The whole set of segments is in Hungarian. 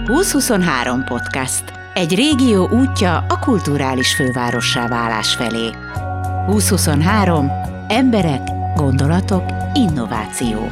2023 podcast. Egy régió útja a kulturális fővárossá válás felé. 2023. Emberek, gondolatok, innováció.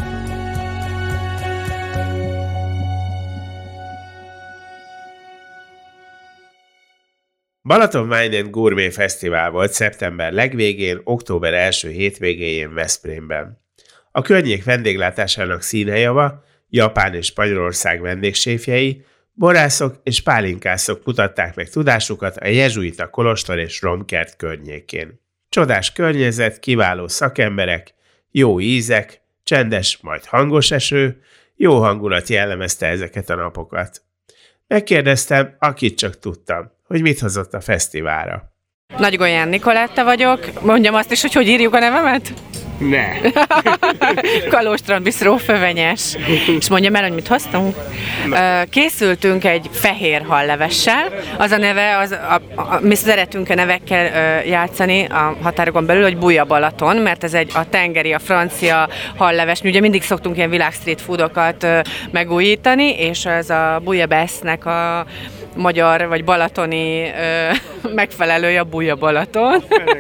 Balaton Wine & Gourmet Fesztivál volt szeptember legvégén, október első hétvégéjén Veszprémben. A környék vendéglátásának színhelyjava Japán és Spanyolország vendégséfjei, borászok és pálinkászok mutatták meg tudásukat a jezsuita kolostor és romkert környékén. Csodás környezet, kiváló szakemberek, jó ízek, csendes, majd hangos eső, jó hangulat jellemezte ezeket a napokat. Megkérdeztem, akit csak tudtam, hogy mit hozott a fesztiválra. Nagy Golyán Nikoletta vagyok. Mondjam azt is, hogy írjuk a nevemet? Ne! Kalóstrand Bistró Fövenyes. És mondjam el, hogy mit hoztunk? Készültünk egy fehér hallevessel. Az a neve, mi szeretünk a nevekkel játszani a határokon belül, hogy Buja Balaton, mert ez a tengeri, a francia halleves. Mi ugye mindig szoktunk ilyen világ street foodokat megújítani, és ez a Buja Basznek a magyar vagy balatoni megfelelője a Buja Balaton.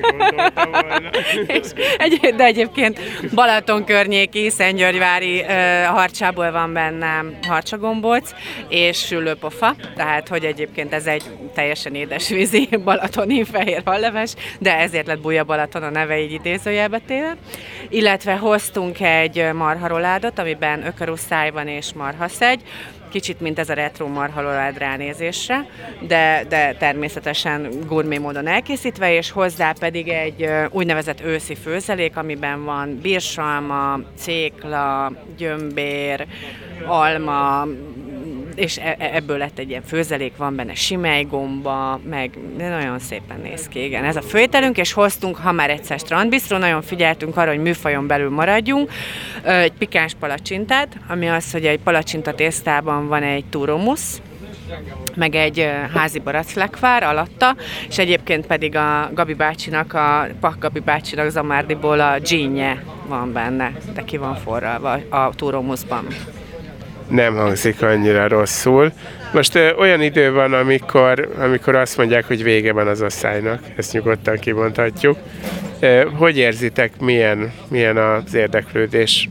De egyébként Balaton környéki, Szentgyörgyvári harcsából van benne harcsagombóc és süllőpofa, tehát hogy egyébként ez egy teljesen édesvízi balatoni fehér halleves, de ezért lett Buja Balaton a neve így idézőjelbe téve. Illetve hoztunk egy marharoládot, amiben ökörúszáj van és marhaszegy, kicsit, mint ez a retro marhalolád ránézésre, de természetesen gurmé módon elkészítve, és hozzá pedig egy úgynevezett őszi főzelék, amiben van bírsalma, cékla, gyömbér, alma, és ebből lett egy ilyen főzelék, van benne simely-gomba, meg nagyon szépen néz ki, igen. Ez a főételünk, és hoztunk, ha már egyszer strandbistró, nagyon figyeltünk arra, hogy műfajon belül maradjunk, egy pikáns palacsintát, ami az, hogy egy palacsinta tésztában van egy túromusz, meg egy házi baraclekvár alatta, és egyébként pedig a Gabi bácsinak, a Pach Gabi bácsinak Zamárdiból a dzsínje van benne, de ki van forralva a túromuszban. Nem hangzik annyira rosszul. Most olyan idő van, amikor azt mondják, hogy vége van az asszálynak. Ezt nyugodtan kimondhatjuk. Hogy érzitek, milyen az érdeklődés?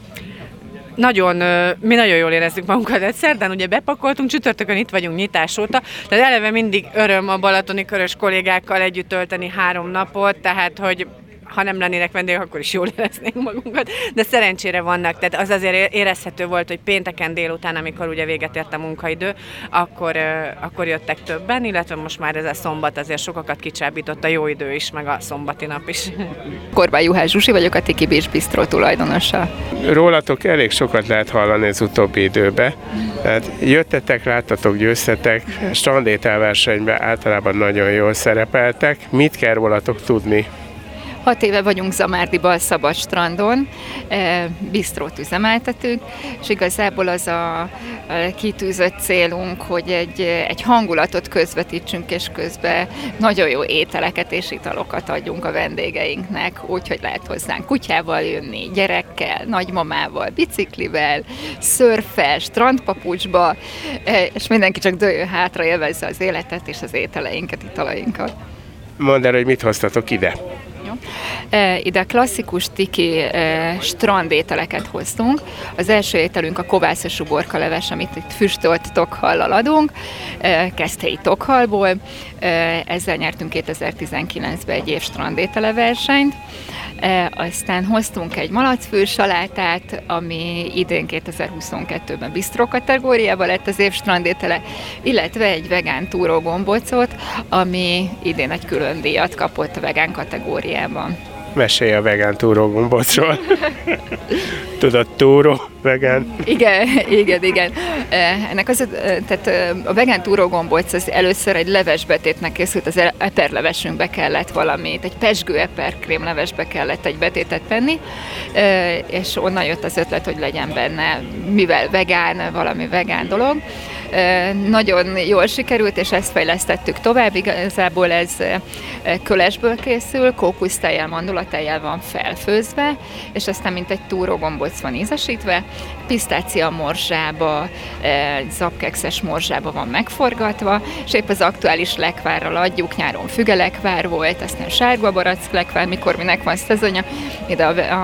Mi nagyon jól érezzük magunkat, de szerdán ugye bepakoltunk, csütörtökön itt vagyunk nyitás óta, tehát eleve mindig öröm a balatoni körös kollégákkal együtt tölteni 3 napot, tehát hogy ha nem lennének vendégek, akkor is jól éreznénk magunkat, de szerencsére vannak, tehát az azért érezhető volt, hogy pénteken délután, amikor ugye véget ért a munkaidő, akkor jöttek többen, illetve most már ez a szombat azért sokakat kicsábított a jó idő is, meg a szombati nap is. Korbály Juhász Zsuzsi vagyok, a Tiki Beach Bistró tulajdonosa. Rólatok elég sokat lehet hallani az utóbbi időben. Tehát jöttetek, láttatok, győztetek, strandételversenyben általában nagyon jól szerepeltek. Mit kell rólatok tudni? 6 éve vagyunk Zamárdiban, szabad strandon, bistrót üzemeltetünk, és igazából az a kitűzött célunk, hogy egy hangulatot közvetítsünk, és közben nagyon jó ételeket és italokat adjunk a vendégeinknek, úgyhogy lehet hozzánk kutyával jönni, gyerekkel, nagymamával, biciklivel, szörffel, strandpapucsba, és mindenki csak dőljön hátra, élvezze az életet és az ételeinket, italainkat. Mondd el, hogy mit hoztatok ide? Ide klasszikus tiki strandételeket hoztunk. Az első ételünk a kovászos uborkaleves, amit itt füstölt tokhallal adunk, keszthelyi tokhalból. Ezzel nyertünk 2019-ben egy év strandétele versenyt. Aztán hoztunk egy malacfősalátát, ami idén 2022-ben bistró kategóriában lett az év strandétele, illetve egy vegán túrógombócot, ami idén egy külön díjat kapott a vegán kategóriában. Mesélj a vegán túrógombócról. Tudod, túró, vegán? Igen. Ennek tehát a vegán túrógombóc az először egy levesbetétnek készült, az eperlevesünkbe kellett valamit, egy pezsgő eperkrém levesbe kellett egy betétet tenni, és onnan jött az ötlet, hogy legyen benne, mivel vegán, valami vegán dolog. Nagyon jól sikerült, és ezt fejlesztettük tovább. Igazából ez kölesből készül, kókusztejjel, mandulatejjel van felfőzve, és aztán mint egy túrógombóc van ízesítve, pisztácia morzsába, zapkekszes morzsába van megforgatva, és épp az aktuális lekvárral adjuk, nyáron fügelekvár volt, aztán sárga barack lekvár, mikor minek van szezonja, ide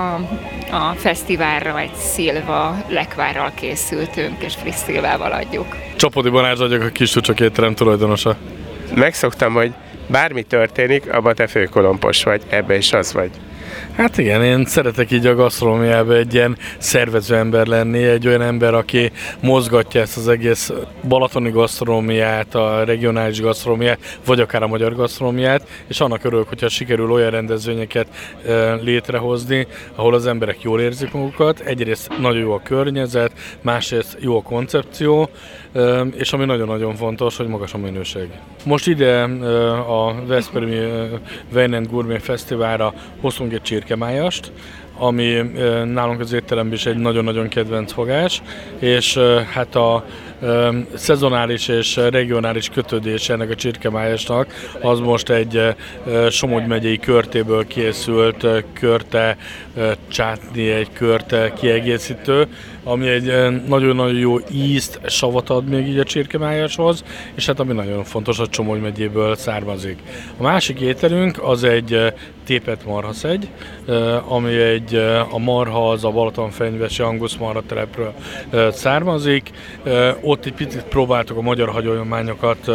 a fesztiválra egy szilva lekvárral készültünk, és friss szilvával adjuk. Csapodi Balázs vagyok, a Kis Csucsok étterem tulajdonosa. Megszoktam, hogy bármi történik, abban te főkolompos vagy, ebbe is az vagy. Hát igen, én szeretek így a gasztronómiában egy ilyen szervező ember lenni, egy olyan ember, aki mozgatja ezt az egész balatoni gasztronómiát, a regionális gasztronómiát, vagy akár a magyar gasztronómiát, és annak örülök, hogyha sikerül olyan rendezvényeket létrehozni, ahol az emberek jól érzik magukat, egyrészt nagyon jó a környezet, másrészt jó a koncepció, és ami nagyon-nagyon fontos, hogy magas a minőség. Most ide a Veszprémi Wein & Gourmet Fesztiválra hoztunk egy csirkemájast, ami nálunk az étteremben is egy nagyon-nagyon kedvenc fogás, és hát a szezonális és regionális kötődés ennek a csirkemájasnak az most egy Somogy megyei körtéből készült körte csátni, egy körte kiegészítő, ami egy nagyon-nagyon jó ízt, savat ad még így a csirkemájashoz, és hát ami nagyon fontos, a Somogy megyéből származik. A másik ételünk az egy tépett marhaszegy, ami a marha az a Balatonfenyvesi Angus marha telepről származik. Ott egy picit próbáltuk a magyar hagyományokat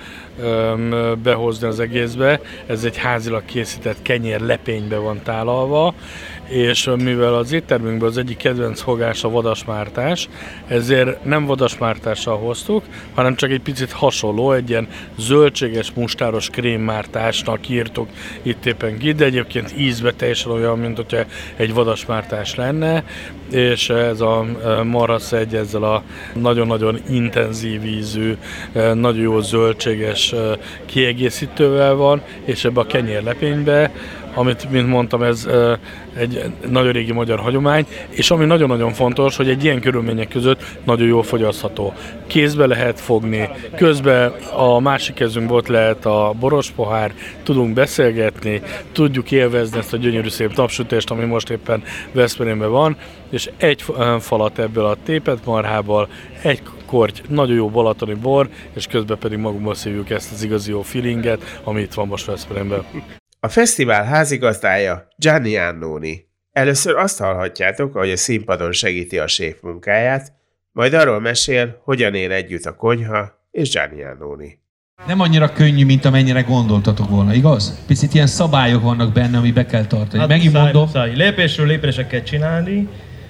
behozni az egészbe. Ez egy házilag készített kenyér lepénybe van tálalva, és mivel az éttermünkben az egyik kedvenc fogás a vadasmártás, ezért nem vadasmártással hoztuk, hanem csak egy picit hasonló, egy ilyen zöldséges, mustáros krémmártásnak írtuk itt éppen ki, de egyébként ízbe teljesen olyan, mint hogyha egy vadasmártás lenne, és ez a marhaszegy ezzel a nagyon-nagyon intenzív ízű, nagyon jó zöldséges kiegészítővel van, és ebbe a kenyérlepénybe, amit, mint mondtam, ez egy nagyon régi magyar hagyomány, és ami nagyon-nagyon fontos, hogy egy ilyen körülmények között nagyon jól fogyasztható. Kézbe lehet fogni, közben a másik kezünkben ott lehet a boros pohár, tudunk beszélgetni, tudjuk élvezni ezt a gyönyörű szép napsütést, ami most éppen Veszprémben van, és egy falat ebből a tépett marhából, egy korty nagyon jó balatoni bor, és közben pedig magunkba szívjuk ezt az igazi jó feelinget, ami itt van most Veszprémben. A fesztivál házigazdája Gianni Annoni. Először azt hallhatjátok, ahogy a színpadon segíti a séf munkáját, majd arról mesél, hogyan él együtt a konyha és Gianni Annoni. Nem annyira könnyű, mint amennyire gondoltatok volna, igaz? Picit ilyen szabályok vannak benne, ami be kell tartani. Hát megint mondom, lépésről lépésre kell csinálni.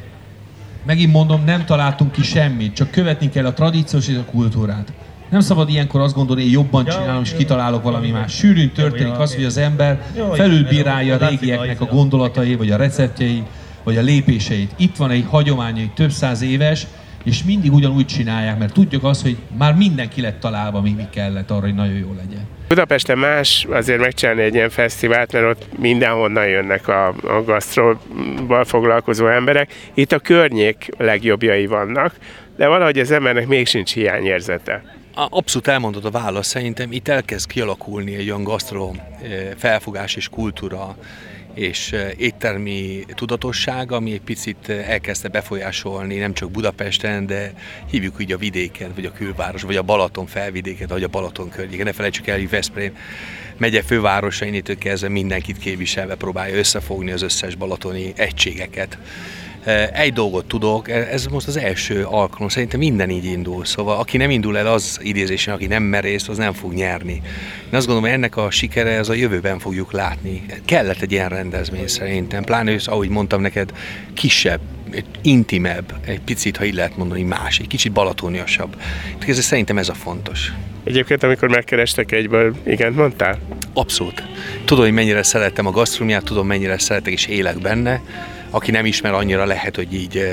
Megint mondom, nem találtunk ki semmit, csak követni kell a tradíciós és a kultúrát. Nem szabad ilyenkor azt gondolni, hogy jobban csinálom és kitalálok valami más. Sűrűn történik az, hogy az ember felülbírálja a régieknek a gondolatai, vagy a receptjei, vagy a lépéseit. Itt van egy hagyomány, egy több száz éves, és mindig ugyanúgy csinálják, mert tudjuk azt, hogy már mindenki lett találva, mi kellett arra, hogy nagyon jó legyen. Budapesten más azért megcsinálni egy ilyen fesztivált, mert ott mindenhonnan jönnek a gasztróval foglalkozó emberek. Itt a környék legjobbjai vannak, de valahogy az embernek még sincs hiányérzete. Abszolút elmondod a választ, szerintem itt elkezd kialakulni egy olyan gasztró felfogás és kultúra és éttermi tudatosság, ami egy picit elkezdte befolyásolni nem csak Budapesten, de hívjuk így a vidéken, vagy a külváros, vagy a Balaton felvidéket, vagy a Balaton környéken. Ne felejtsük el, hogy Veszprém megye fővárosa, innentől kezdve mindenkit képviselve próbálja összefogni az összes balatoni egységeket. Egy dolgot tudok, ez most az első alkalom, szerintem minden így indul, szóval aki nem indul el az idézésen, aki nem merész, az nem fog nyerni. Én azt gondolom, hogy ennek a sikere ez a jövőben fogjuk látni. Kellett egy ilyen rendezvény szerintem, pláne, ahogy mondtam neked, kisebb, intimebb, egy picit, ha így lehet mondani, más, egy kicsit balatoniasabb. Szerintem ez a fontos. Egyébként, amikor megkerestek egyből, igent mondtál? Abszolút. Tudom, hogy mennyire szeretem a gasztronómiát, tudom, mennyire szeretek és élek benne. Aki nem ismer annyira, lehet, hogy így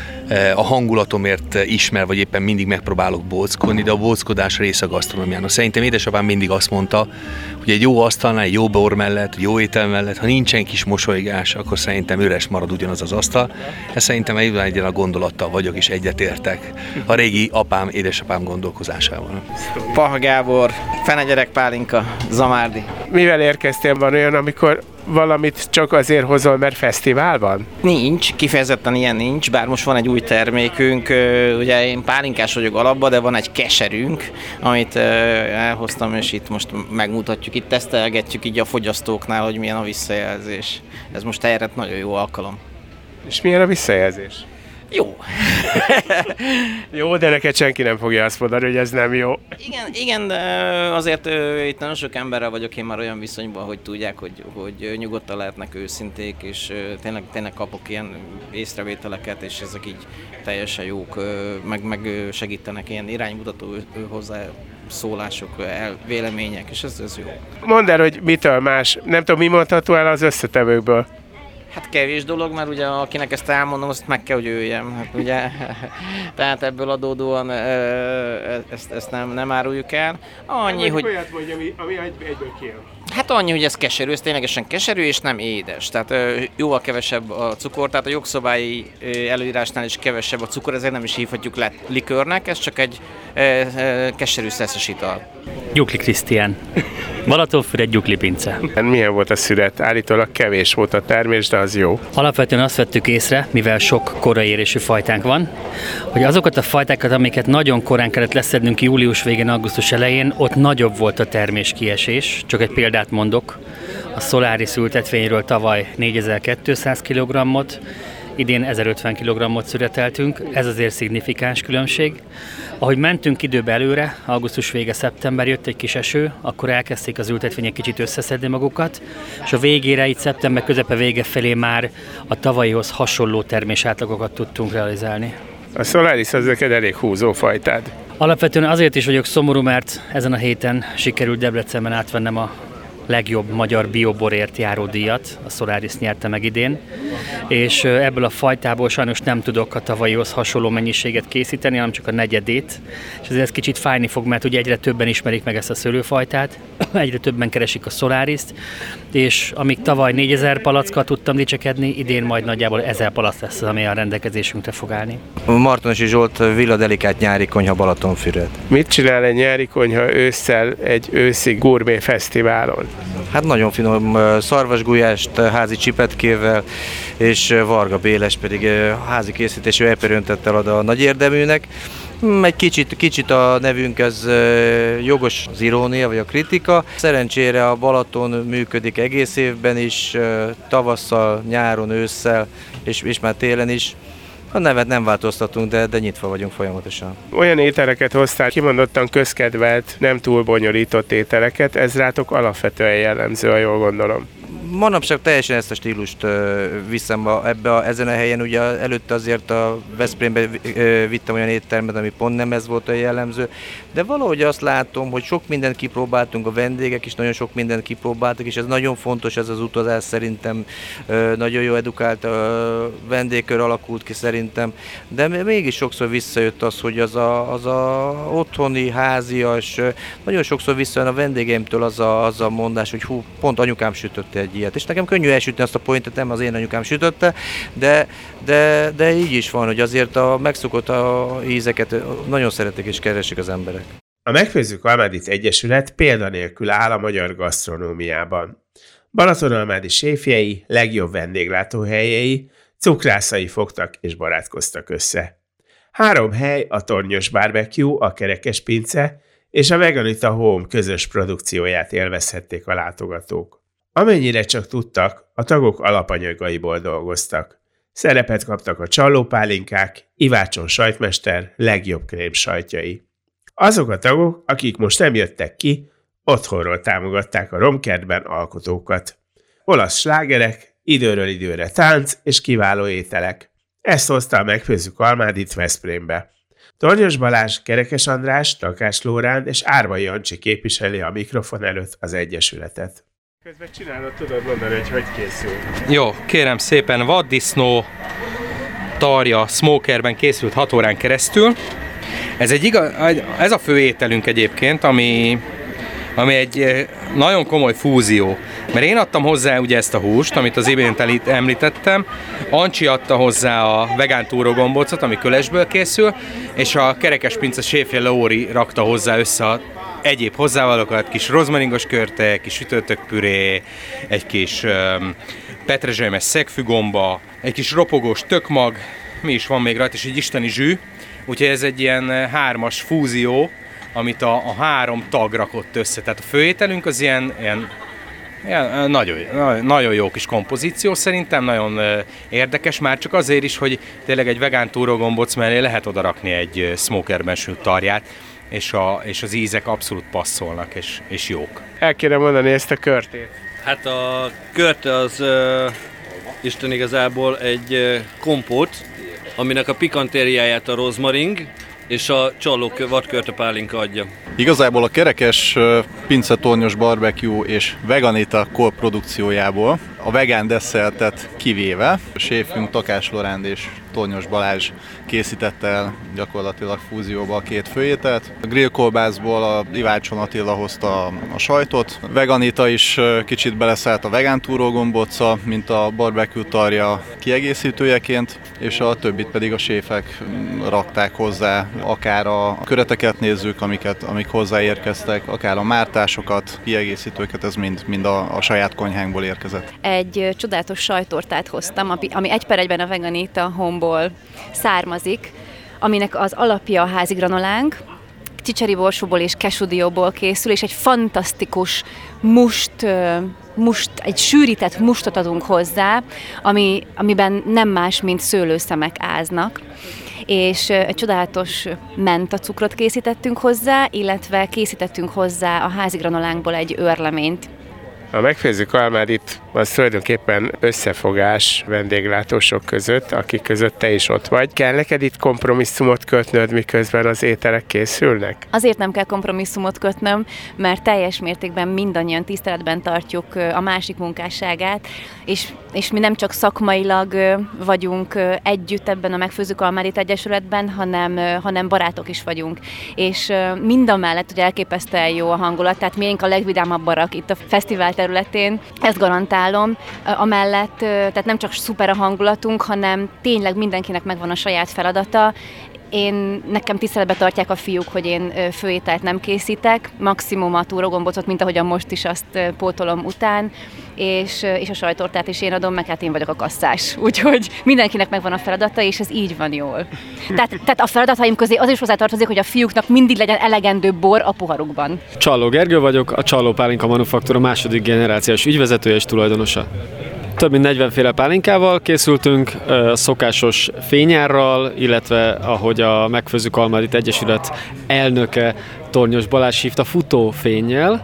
a hangulatomért ismer, vagy éppen mindig megpróbálok bóckodni, de a bóckodás része a gasztronómiának. Szerintem édesapám mindig azt mondta, hogy egy jó asztalnál, egy jó bor mellett, jó étel mellett, ha nincsen kis mosolygás, akkor szerintem üres marad ugyanaz az asztal. Ez szerintem egyen a gondolattal vagyok, és egyetértek a régi apám, édesapám gondolkozásával. Paha Gábor, Fenegyerek Pálinka, Zamárdi. Mivel érkeztél, van olyan, amikor valamit csak azért hozol, mert fesztivál van? Nincs, kifejezetten ilyen nincs, bár most van egy új termékünk, ugye én pálinkás vagyok alapban, de van egy keserünk, amit elhoztam, és itt most megmutatjuk, itt tesztelgetjük így a fogyasztóknál, hogy milyen a visszajelzés. Ez most erre nagyon jó alkalom. És milyen a visszajelzés? Jó. Jó, de neked senki nem fogja azt mondani, hogy ez nem jó. Igen, de azért itt nagyon sok emberrel vagyok én már olyan viszonyban, hogy tudják, hogy nyugodtan lehetnek őszinték, és tényleg kapok ilyen észrevételeket, és ezek így teljesen jók, meg segítenek ilyen iránymutató hozzászólások, vélemények, és ez jó. Mondd el, hogy mitől más. Nem tudom, mi mondható el az összetevőkből. Hát kevés dolog, mert ugye akinek ezt elmondom, azt meg kell, hogy öljem. Hát ugye, tehát ebből adódóan ezt nem áruljuk el. Annyi, hogy... olyat mondja, ami egyből kijön. Hát annyi, hogy ez keserű, ez ténylegesen keserű és nem édes. Tehát jóval kevesebb a cukor, tehát a jogszabályi előírásnál is kevesebb a cukor, ezért nem is hívhatjuk likőrnek, ez csak egy keserű szeszes ital. Gyukli Krisztián. Balatonfüred Gyukli pince. Milyen volt a szület? Állítólag kevés volt a termés, de az jó. Alapvetően azt vettük észre, mivel sok korai érésű fajtánk van, hogy azokat a fajtákat, amiket nagyon korán kellett leszednünk július végén, augusztus elején, ott nagyobb volt a termés kiesés. Csak egy példát mondok. A Solaris ültetvényről tavaly 4200 kg-ot, idén 1050 kg-ot szüreteltünk, ez azért szignifikáns különbség. Ahogy mentünk időbe előre, augusztus vége, szeptember jött egy kis eső, akkor elkezdték az ültetvények kicsit összeszedni magukat, és a végére, itt szeptember közepe vége felé már a tavalyihoz hasonló termésátlagokat tudtunk realizálni. A Solaris az neked elég húzó fajtád. Alapvetően azért is vagyok szomorú, mert ezen a héten sikerült Debrecenben átvennem a legjobb magyar bioborért járó díjat, a Solaris nyerte meg idén, és ebből a fajtából sajnos nem tudok a tavalyihoz hasonló mennyiséget készíteni, hanem csak a negyedét, és ezért ez kicsit fájni fog, mert ugye egyre többen ismerik meg ezt a szőlőfajtát, egyre többen keresik a Solariszt, és amíg tavaly 4000 palackkal tudtam dicsekedni, idén majd nagyjából 1000 palack lesz, ami a rendelkezésünkre fog állni. Martonosi Zsolt, Villa Delikát nyári konyha Balatonfüred. Mit csinál egy nyári konyha ősszel egy őszi gurmé fesztiválon? Hát nagyon finom szarvasgulyást házi csipetkével, és Varga Béles pedig házi készítésű eperöntettel ad a nagy érdeműnek. Egy kicsit a nevünk ez jogos az irónia vagy a kritika. Szerencsére a Balaton működik egész évben is, tavasszal, nyáron, ősszel és már télen is. A nevet nem változtatunk, de nyitva vagyunk folyamatosan. Olyan ételeket hoztál, kimondottan közkedvelt, nem túl bonyolított ételeket, ez rátok alapvetően jellemző, ha jól gondolom. Manapság teljesen ezt a stílust viszem ezen a helyen, ugye előtte azért a Veszprémbe vittem olyan éttermet, ami pont nem ez volt a jellemző, de valahogy azt látom, hogy sok mindent kipróbáltunk, a vendégek is nagyon sok mindent kipróbáltak, és ez nagyon fontos, ez az utazás szerintem, nagyon jó edukált vendégkör alakult ki szerintem, de mégis sokszor visszajött az, hogy az a otthoni, házias, nagyon sokszor visszajön a vendégeimtől az a mondás, hogy hú, pont anyukám sütötte egy ilyet. És nekem könnyű elsütni azt a pointet, nem az én anyukám sütötte, de így is van, hogy azért a megszokott ízeket nagyon szeretik és keresik az emberek. A Megfőzzük Almádit Egyesület példanélkül áll a magyar gasztronómiában. Balatonalmádi séfjei, legjobb vendéglátóhelyei, cukrászai fogtak és barátkoztak össze. 3 hely, a Tornyos Barbecue, a Kerekes Pince és a Veganita Home közös produkcióját élvezhették a látogatók. Amennyire csak tudtak, a tagok alapanyagaiból dolgoztak. Szerepet kaptak a csallópálinkák, Ivácson sajtmester legjobb krém sajtjai. Azok a tagok, akik most nem jöttek ki, otthonról támogatták a romkertben alkotókat. Olasz slágerek, időről időre tánc és kiváló ételek. Ezt hozta a Megfőzzük Almádit Veszprémbe. Tornyos Balázs, Kerekes András, Takás Lórán és Árvai Jancsi képviseli a mikrofon előtt az Egyesületet. Közben csinálod, tudod mondani, hogy készül. Jó, kérem szépen, vaddisznó tarja smokerben készült 6 órán keresztül. Ez a fő ételünk egyébként, ami egy nagyon komoly fúzió. Mert én adtam hozzá ugye ezt a húst, amit az imént említettem, Ancsi adta hozzá a vegán túrógombócot, ami kölesből készül, és a Kerekes Pince séfje Lóri rakta hozzá össze a egyéb hozzávalókat, kis rozmaringos körte, kis sütőtökpüré, egy kis petrezselymes szegfűgomba, egy kis ropogós tökmag, mi is van még rajta, és egy isteni zsű. Úgyhogy ez egy ilyen 3-as fúzió, amit a 3 tag rakott össze. Tehát a főételünk az ilyen nagyon jó kis kompozíció szerintem, nagyon érdekes, már csak azért is, hogy tényleg egy vegán túrógombóc mellé lehet odarakni egy smokerben sült tarját, és az ízek abszolút passzolnak, és jók. El kéne mondani ezt a körtét. Hát a körte az Isten igazából egy kompót, aminek a pikantériáját a rozmaring és a csalló vadkörte pálinka adja. Igazából a kerekes pincetornyos barbecue és veganita korprodukciójából a vegán desszertet kivéve a séfünk Takás Loránd és Tornyos Balázs készítette el gyakorlatilag fúzióba a 2 főételt. A grillkolbászból a Ivácson Attila hozta a sajtot. Veganita is kicsit beleszállt a vegán túrógombóca, mint a barbecue tarja kiegészítőjeként, és a többit pedig a séfek rakták hozzá, akár a köreteket nézzük, amik hozzáérkeztek, akár a mártásokat, kiegészítőket, ez mind a saját konyhánkból érkezett. Egy csodálatos sajttortát hoztam, ami 1/1 a Veganita Home-ból származik, aminek az alapja a házi granolánk, csicseri borsóból és kesudióból készül, és egy fantasztikus egy sűrített mustot adunk hozzá, amiben nem más, mint szőlőszemek áznak. És egy csodálatos mentacukrot készítettünk hozzá, illetve készítettünk hozzá a házi granolánkból egy őrleményt. A Megfőzzük Almádit az tulajdonképpen összefogás vendéglátósok között, akik között te is ott vagy. Kell neked itt kompromisszumot kötnöd, miközben az ételek készülnek? Azért nem kell kompromisszumot kötnöm, mert teljes mértékben mindannyian tiszteletben tartjuk a másik munkásságát, és mi nem csak szakmailag vagyunk együtt ebben a Megfőzzük Almádit Egyesületben, hanem barátok is vagyunk. És mindamellett, hogy elképesztően jó a hangulat, tehát miénk a legvidámabb barak itt a fesztivál területén, ezt garantálom. Amellett, tehát nem csak szuper a hangulatunk, hanem tényleg mindenkinek megvan a saját feladata. Nekem tiszteletbe tartják a fiúk, hogy én főételt nem készítek, maximum a túrógombócot, mint ahogyan most is azt pótolom után, és a sajttortát is én adom, meg hát én vagyok a kasszás. Úgyhogy mindenkinek megvan a feladata, és ez így van jól. Tehát a feladataim közé az is hozzátartozik, hogy a fiúknak mindig legyen elegendő bor a poharukban. Csalló Gergő vagyok, a Csalló Pálinka Manufaktúra második generációs ügyvezetője és tulajdonosa. Több mint 40 féle pálinkával készültünk, szokásos fényárral, illetve ahogy a Megfőzzük Almádit Egyesület elnöke Tornyos Balázs hívta, futófénnyel.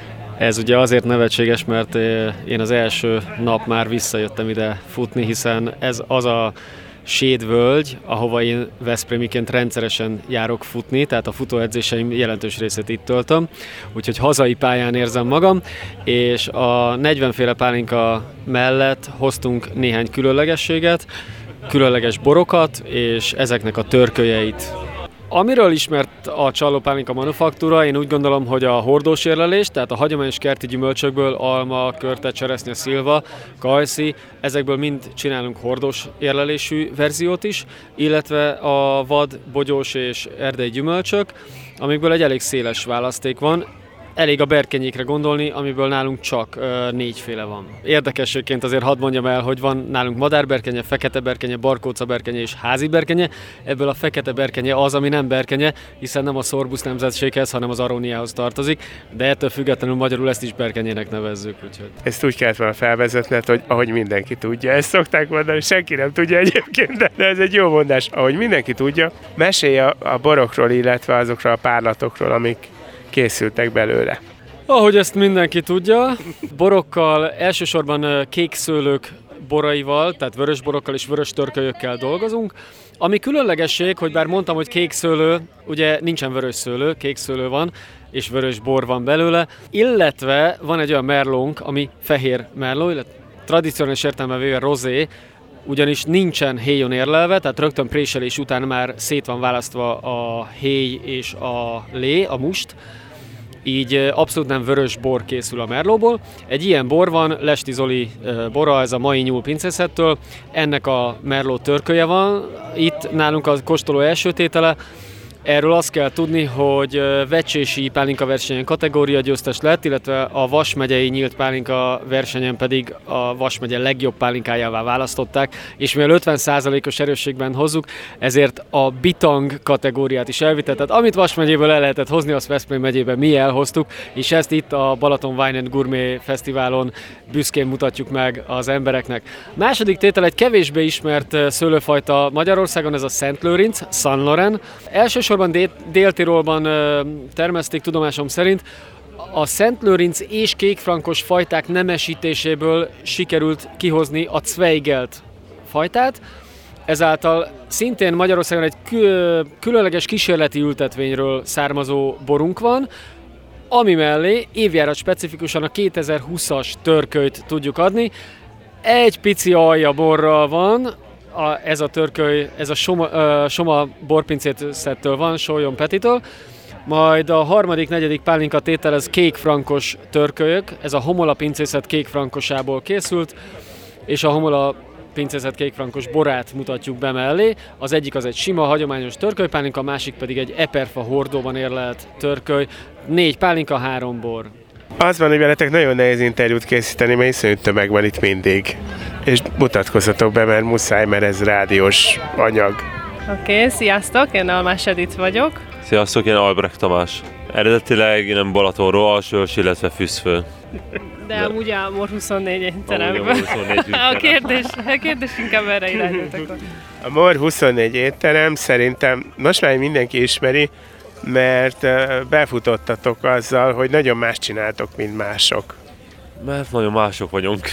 Ez ugye azért nevetséges, mert én az első nap már visszajöttem ide futni, hiszen ez az a sédvölgy, ahova én veszprémiként rendszeresen járok futni, tehát a futóedzéseim jelentős részét itt töltöm, úgyhogy hazai pályán érzem magam, és a 40 féle pálinka mellett hoztunk néhány különlegességet, különleges borokat, és ezeknek a törkölyeit. Amiről ismert a Csalló Pálinka Manufaktúra, én úgy gondolom, hogy a hordós érlelés, tehát a hagyományos kerti gyümölcsökből, alma, körte, cseresznye, szilva, kajszi, ezekből mind csinálunk hordós érlelésű verziót is, illetve a vad, bogyós és erdei gyümölcsök, amikből egy elég széles választék van. Elég a berkenyékre gondolni, amiből nálunk csak 4 féle van. Érdekességként azért hadd mondjam el, hogy van nálunk madárberkenye, fekete berkenye, barkóca berkenye és házi berkenye. Ebből a fekete berkenye az, ami nem berkenye, hiszen nem a Sorbusz nemzetséghez, hanem az Aróniához tartozik, de ettől függetlenül magyarul ezt is berkenyének nevezzük. Úgyhogy. Ezt úgy kellett volna felvezetned, hogy ahogy mindenki tudja. Ezt szokták mondani, senki nem tudja egyébként, de ez egy jó mondás. Ahogy mindenki tudja, mesélj a borokról, illetve azokról a párlatokról, amik készültek belőle. Ahogy ezt mindenki tudja, borokkal, elsősorban kékszőlők boraival, tehát vörös borokkal és vörös törkölyökkel dolgozunk. Ami különlegesség, hogy bár mondtam, hogy kékszőlő, ugye nincsen vörös szőlő, kékszőlő van, és vörös bor van belőle, illetve van egy olyan merlónk, ami fehér merló, illetve tradicionális értelemben véve rozé, ugyanis nincsen héjon érlelve, tehát rögtön préselés után már szét van választva a héj és a lé, a must, így abszolút nem vörös bor készül a merlóból. Egy ilyen bor van, Lesti Zoli bora, ez a mai nyúl pincészettől, ennek a merló törköje van, itt nálunk a kóstoló első tétele, Erről azt kell tudni, hogy vecsési pálinka versenyen kategória győztes lett, illetve a Vas megyei nyílt pálinka versenyen pedig a Vas megye legjobb pálinkájává választották, és mivel 50%-os erősségben hozzuk, ezért a bitang kategóriát is elvitte. Tehát amit Vas megyéből el lehetett hozni, azt Veszprém megyében mi elhoztuk, és ezt itt a Balaton Wine and Gourmet Fesztiválon büszkén mutatjuk meg az embereknek. Második tétel egy kevésbé ismert szőlőfajta Magyarországon, ez a Szent Lőrinc, San Loren. Elsősorban Dél-Tirolban termeszték tudomásom szerint. A Szent Lőrinc és kékfrankos fajták nemesítéséből sikerült kihozni a Zweigelt fajtát, ezáltal szintén Magyarországon egy különleges kísérleti ültetvényről származó borunk van, ami mellé évjárat specifikusan a 2020-as törkölyt tudjuk adni. Egy pici alja borral van, ez a törköly, ez a Soma borpincészettől van, Sólyom Petitől. Majd a harmadik, negyedik pálinka tétel, ez kékfrankos törkölyök, ez a Homola pincészet kékfrankosából készült, és a Homola pincészet kékfrankos borát mutatjuk be mellé. Az egyik az egy sima, hagyományos törkölypálinka, a másik pedig egy eperfa hordóban érlelt törköly. 4 pálinka, 3 bor. Az van, hogy veletek nagyon nehéz interjút készíteni, mert iszonyú tömeg van itt mindig. És mutatkozzatok be, mert muszáj, mert ez rádiós anyag. Oké, sziasztok, én Almás Edith vagyok. Sziasztok, én Albrecht Tamás. Eredetileg nem Balatonról, Alsős, illetve Füszföld. De amúgy a Mor 24 étteremben. A kérdés inkább erre irányult. A Mor 24 étterem szerintem most már mindenki ismeri, mert befutottatok azzal, hogy nagyon más csináltok, mint mások. Mert nagyon mások vagyunk.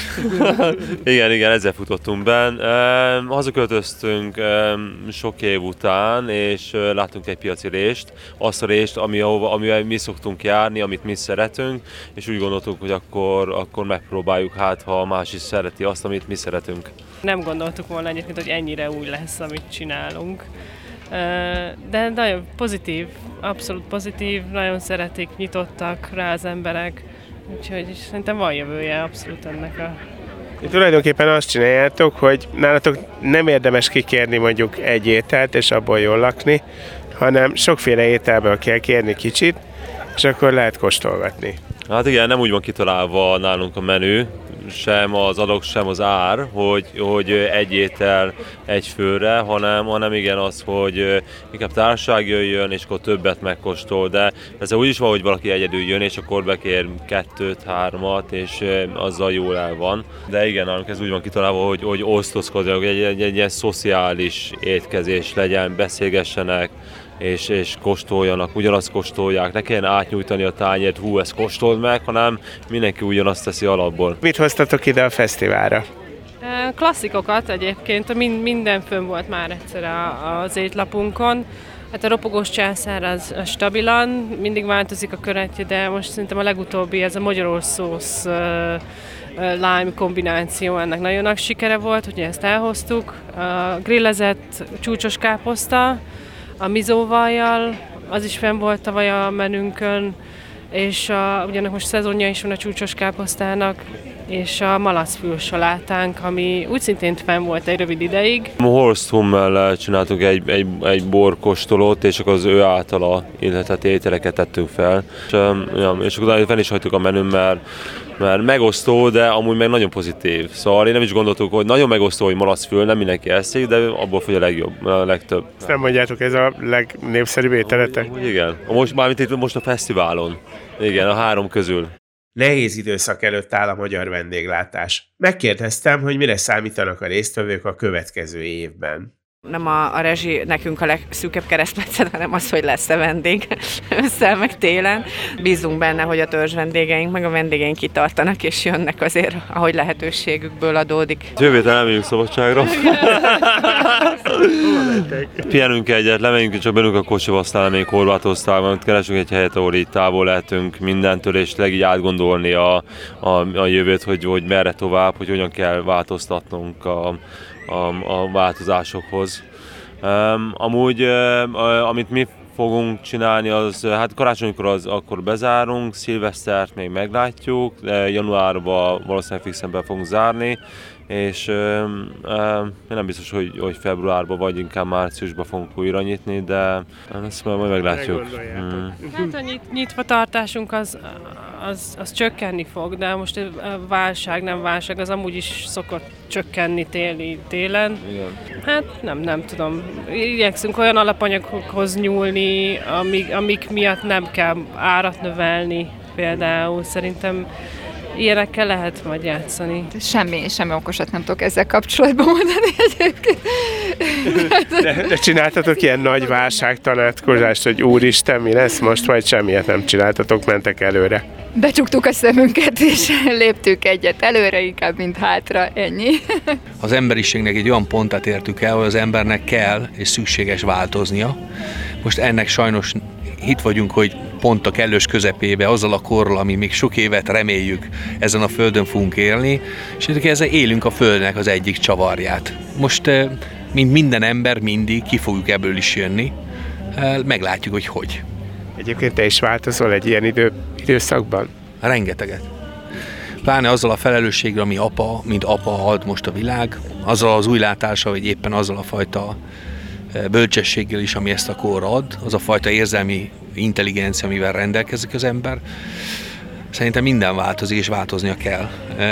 igen, ezzel futottunk be. Hazaköltöztünk sok év után, és láttunk egy piaci rést, azt a rést, amivel mi szoktunk járni, amit mi szeretünk, és úgy gondoltuk, hogy akkor megpróbáljuk, hát ha más is szereti azt, amit mi szeretünk. Nem gondoltuk volna egyébként, hogy ennyire úgy lesz, amit csinálunk. De nagyon pozitív, abszolút pozitív, nagyon szeretik, nyitottak rá az emberek, úgyhogy szerintem van jövője abszolút ennek a... Tulajdonképpen azt csináljátok, hogy nálatok nem érdemes kikérni mondjuk egy ételt és abból jól lakni, hanem sokféle ételből kell kérni kicsit, és akkor lehet kóstolgatni. Hát igen, nem úgy van kitalálva nálunk a menü, sem az adok, sem az ár, hogy egy étel egy főre, hanem igen az, hogy inkább társaság jöjjön, és akkor többet megkóstol, de ez úgy is van, hogy valaki egyedül jön, és akkor bekér 2-3, és azzal jól el van. De igen, nálunk ez úgy van kitalálva, hogy osztozkodjanak, hogy egy ilyen szociális étkezés legyen, beszélgessenek, és kóstoljanak, ugyanazt kóstolják, ne kelljen átnyújtani a tányért, ezt kóstold meg, hanem mindenki ugyanazt teszi alapból. Mit hoztatok ide a fesztiválra? Klasszikokat egyébként, minden fönn volt már egyszer az étlapunkon. Hát a ropogós császár az stabilan, mindig változik a köretje, de most szerintem a legutóbbi, ez a magyaros szósz lime kombináció, ennek nagyon nagy sikere volt, hogy ezt elhoztuk. A grillezett csúcsos káposzta, a mizóvajjal, az is fenn volt tavaly a menünkön, és ugyanak most szezonja is van a csúcsos káposztának, és a malacfülsalátánk, ami úgy szintén fenn volt egy rövid ideig. Horst Hummel csináltuk egy borkóstolót, és akkor az ő általa illetett ételeket tettünk fel. És akkor fenn is hagytuk a menün, mert megosztó, de amúgy meg nagyon pozitív. Szóval én nem is gondoltuk, hogy nagyon megosztó, hogy malacfül, nem mindenki eszik, de abból fogy a legjobb, a legtöbb. Ezt nem mondjátok, ez a legnépszerűbb ételetek? Igen, most a fesztiválon. Igen, a 3 közül. Nehéz időszak előtt áll a magyar vendéglátás. Megkérdeztem, hogy mire számítanak a résztvevők a következő évben. Nem a rezsi nekünk a legszűkebb keresztmetszet, hanem az, hogy lesz-e vendég ősszel meg télen. Bízunk benne, hogy a törzs vendégeink, meg a vendégeink kitartanak és jönnek azért, ahogy lehetőségükből adódik. Jövő héten elmegyünk szabadságra. Pihenünk egyet, lemegyünk, csak bennünk a kocsiba, aztán még Horvátországban, keresünk egy helyet, ahol így távol lehetünk mindentől, és így átgondolni a jövőt, hogy merre tovább, hogy hogyan kell változtatnunk a változásokhoz. Amúgy, amit mi fogunk csinálni, az hát karácsonykor akkor bezárunk, szilvesztert még meglátjuk, de januárban valószínűleg fixen be fogunk zárni, és nem biztos, hogy februárban vagy inkább márciusban fogunk újra nyitni, de ezt majd meglátjuk. Hát a nyitva tartásunk az csökkenni fog, de most a válság, nem válság, az amúgy is szokott csökkenni télen. Igen. Hát nem tudom. Igyekszünk olyan alapanyagokhoz nyúlni, amik miatt nem kell árat növelni. Például szerintem ilyenekkel lehet majd játszani. Semmi okosat nem tudok ezzel kapcsolatban mondani egyébként. De csináltatok ilyen nagy válságtanácskozást, hogy úristen, mi lesz most, vagy semmiet nem csináltatok, mentek előre? Becsuktuk a szemünket, és léptük egyet előre, inkább, mint hátra, ennyi. Az emberiségnek egy olyan pontát értük el, hogy az embernek kell és szükséges változnia. Most ennek sajnos itt vagyunk, hogy pont a kellős közepébe, azzal a korral, ami még sok évet reméljük ezen a földön fogunk élni, és ezzel élünk a földnek az egyik csavarját. Most, mint minden ember, mindig ki fogjuk ebből is jönni, meglátjuk, hogy. Egyébként te is változol egy ilyen időszakban? Rengeteget. Pláne azzal a felelősséggel, ami mint apa ad most a világ, azzal az új látással, vagy éppen azzal a fajta bölcsességgel is, ami ezt a kor ad, az a fajta érzelmi intelligencia, amivel rendelkezik az ember. Szerintem minden változik, és változnia kell.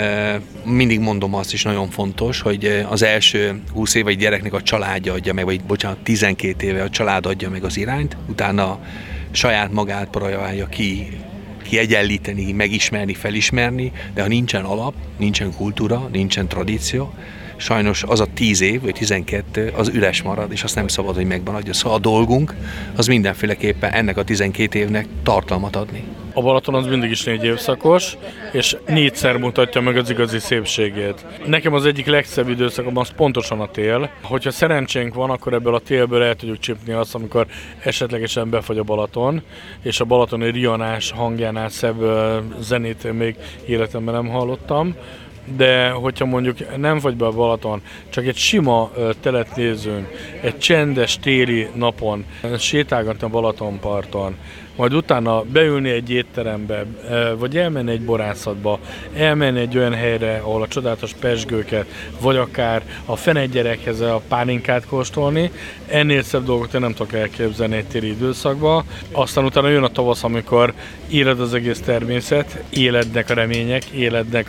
Mindig mondom azt is, nagyon fontos, hogy az első 20 éve egy gyereknek a családja adja meg, vagy 12 éve a család adja meg az irányt, utána saját magát próbálja kiegyenlíteni, megismerni, felismerni, de ha nincsen alap, nincsen kultúra, nincsen tradíció, sajnos az a 10 év, vagy 12, az üres marad, és azt nem szabad, hogy megmaradja. Szóval a dolgunk az mindenféleképpen ennek a 12 évnek tartalmat adni. A Balaton az mindig is 4 évszakos, és 4-szer mutatja meg az igazi szépségét. Nekem az egyik legszebb időszakom az pontosan a tél. Hogyha szerencsénk van, akkor ebből a télből el tudjuk csípni azt, amikor esetlegesen befagy a Balaton, és a balatoni rianás hangjánál szebb zenét még életemben nem hallottam. De hogyha mondjuk nem vagy be a Balaton, csak egy sima telet nézünk, egy csendes téli napon sétálgatni a Balatonparton, majd utána beülni egy étterembe, vagy elmenni egy borászatba, elmenni egy olyan helyre, ahol a csodálatos pezsgőket, vagy akár a fenegyerekhez a pálinkát kóstolni, ennél szebb dolgot én nem tudok elképzelni egy téli időszakban. Aztán utána jön a tavasz, amikor éred az egész természet, élednek a remények, élednek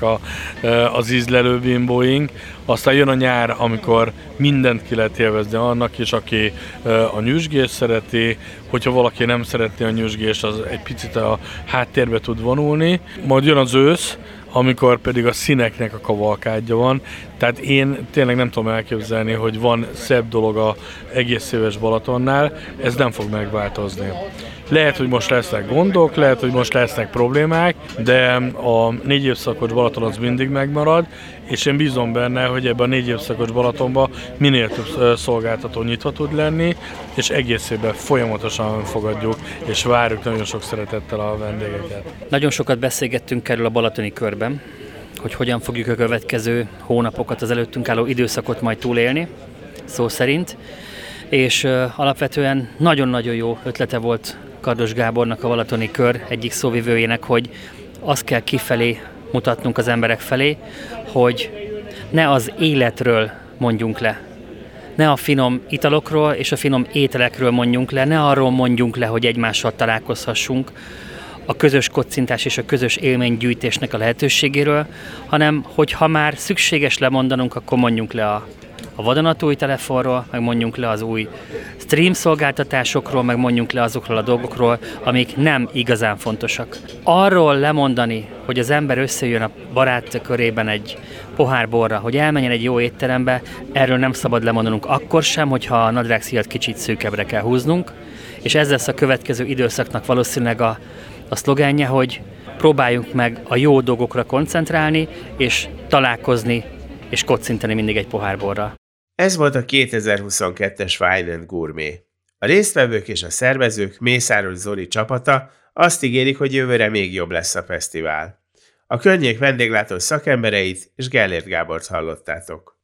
az ízlelő bimbóink, aztán jön a nyár, amikor mindent ki lehet élvezni annak is, aki a nyüzsgést szereti, hogyha valaki nem szeretné a nyüzsgést, az egy picit a háttérbe tud vonulni. Majd jön az ősz, amikor pedig a színeknek a kavalkádja van. Tehát én tényleg nem tudom elképzelni, hogy van szebb dolog az egész éves Balatonnál, ez nem fog megváltozni. Lehet, hogy most lesznek gondok, lehet, hogy most lesznek problémák, de a 4 évszakos Balaton az mindig megmarad, és én bízom benne, hogy ebben a 4 évszakos Balatonban minél több szolgáltató nyitva tud lenni, és egész évben folyamatosan fogadjuk, és várjuk nagyon sok szeretettel a vendégeket. Nagyon sokat beszélgettünk erről a balatoni körben, hogy hogyan fogjuk a következő hónapokat, az előttünk álló időszakot majd túlélni, szó szerint, és alapvetően nagyon-nagyon jó ötlete volt Kardos Gábornak, a balatoni kör egyik szóvivőjének, hogy azt kell kifelé mutatnunk az emberek felé, hogy ne az életről mondjunk le, ne a finom italokról és a finom ételekről mondjunk le, ne arról mondjunk le, hogy egymással találkozhassunk, a közös kocintás és a közös élménygyűjtésnek a lehetőségéről, hanem hogyha már szükséges lemondanunk, akkor mondjunk le a vadonatúj telefonról, meg mondjunk le az új stream szolgáltatásokról, meg mondjunk le azokról a dolgokról, amik nem igazán fontosak. Arról lemondani, hogy az ember összejön a barát körében egy pohár borra, hogy elmenjen egy jó étterembe, erről nem szabad lemondanunk akkor sem, hogyha a nadrágszíjat kicsit szűkebbre kell húznunk, és ez lesz a következő időszaknak valószínűleg a szlogenje, hogy próbáljunk meg a jó dolgokra koncentrálni, és találkozni, és kocintani mindig egy pohár borra. Ez volt a 2022-es Wine & Gourmet. A résztvevők és a szervezők, Mészáros Zoli csapata azt ígérik, hogy jövőre még jobb lesz a fesztivál. A környék vendéglátó szakembereit és Gellért Gábort hallottátok.